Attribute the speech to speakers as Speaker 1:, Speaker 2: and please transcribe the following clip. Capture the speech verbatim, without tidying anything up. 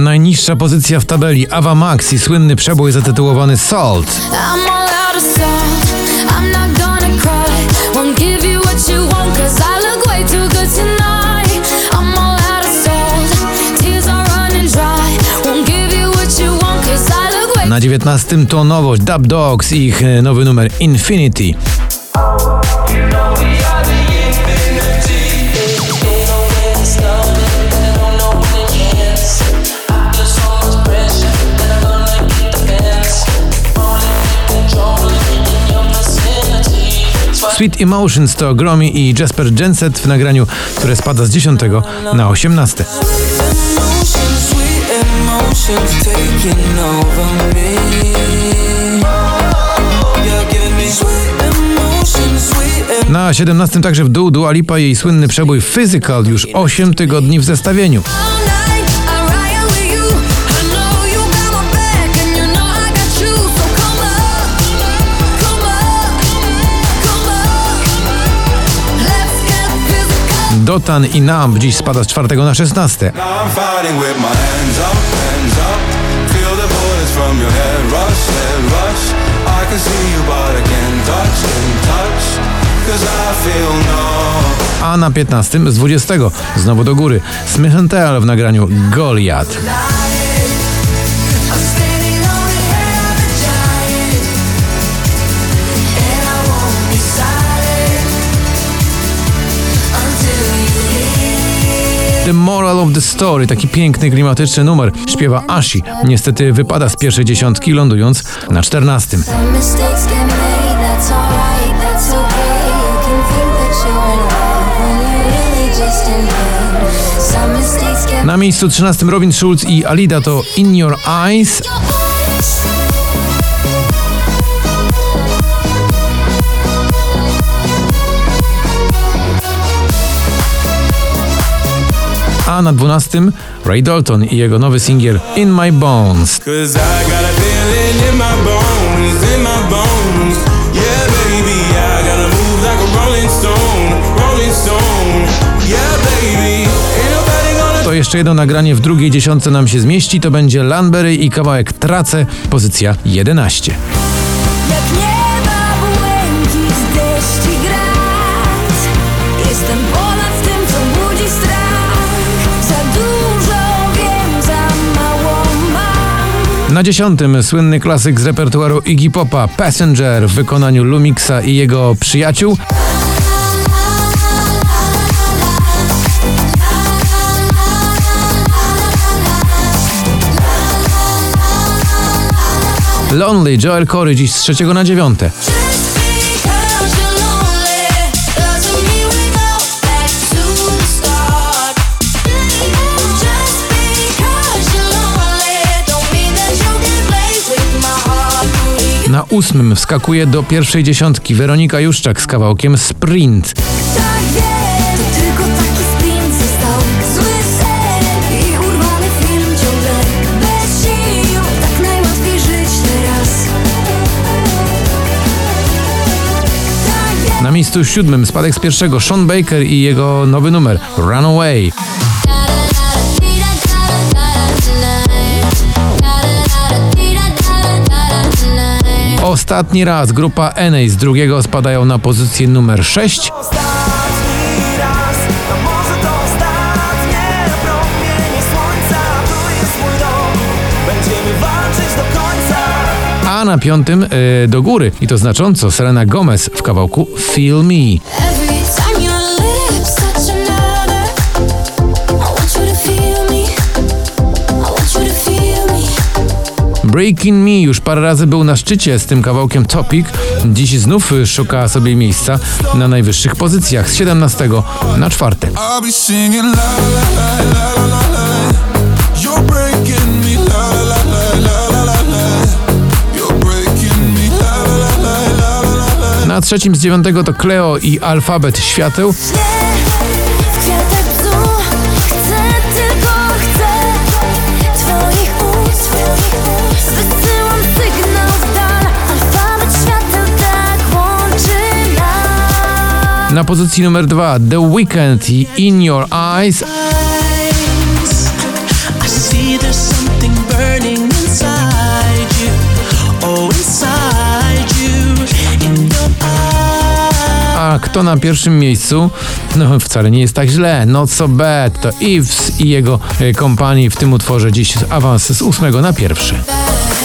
Speaker 1: Najniższa pozycja w tabeli Ava Max i słynny przebój zatytułowany Salt. Na dziewiętnastym to nowość Dub Dogs i ich nowy numer Infinity. Sweet Emotions to Gromi i Jasper Jenset w nagraniu, które spada z dziesiątego na osiemnaste. Na siedemnastym także w dół Dua Lipa i jej słynny przebój Physical, już osiem tygodni w zestawieniu. Dotan i Numb dziś spada z czwartego na szesnaste. A na piętnastym z dwudziestego znowu do góry Smith and Tell w nagraniu Goliath. The Moral of the Story, taki piękny, klimatyczny numer, śpiewa Ashi. Niestety wypada z pierwszej dziesiątki, lądując na czternastym. Na miejscu trzynastym Robin Schulz i Alida to In Your Eyes. A na dwunastym Ray Dalton i jego nowy singiel In My Bones. To jeszcze jedno nagranie w drugiej dziesiątce nam się zmieści, to będzie Lanberry i kawałek Tracę, pozycja jedenaście. Na dziesiątym słynny klasyk z repertuaru Iggy Popa Passenger w wykonaniu Lumixa i jego przyjaciół. Lonely Joel Corey dziś z trzeciego na dziewiąte. Na ósmym wskakuje do pierwszej dziesiątki Weronika Juszczak z kawałkiem Sprint. Na miejscu siódmym spadek z pierwszego Sean Baker i jego nowy numer Runaway. Ostatni raz grupa N A z drugiego spadają na pozycję numer sześć. A na piątym yy, do góry i to znacząco Selena Gomez w kawałku Feel Me. Breaking Me już parę razy był na szczycie z tym kawałkiem Topic. Dziś znów szuka sobie miejsca na najwyższych pozycjach z siedemnastego na czwarte. Na trzecim z dziewiątego to Cleo i Alfabet Świateł. Na pozycji numer dwa The Weeknd i In Your Eyes. kto na pierwszym miejscu? No wcale nie jest tak źle. Not So Bad to Yves i jego kompanii w tym utworze dziś awans z ósmego na pierwszy.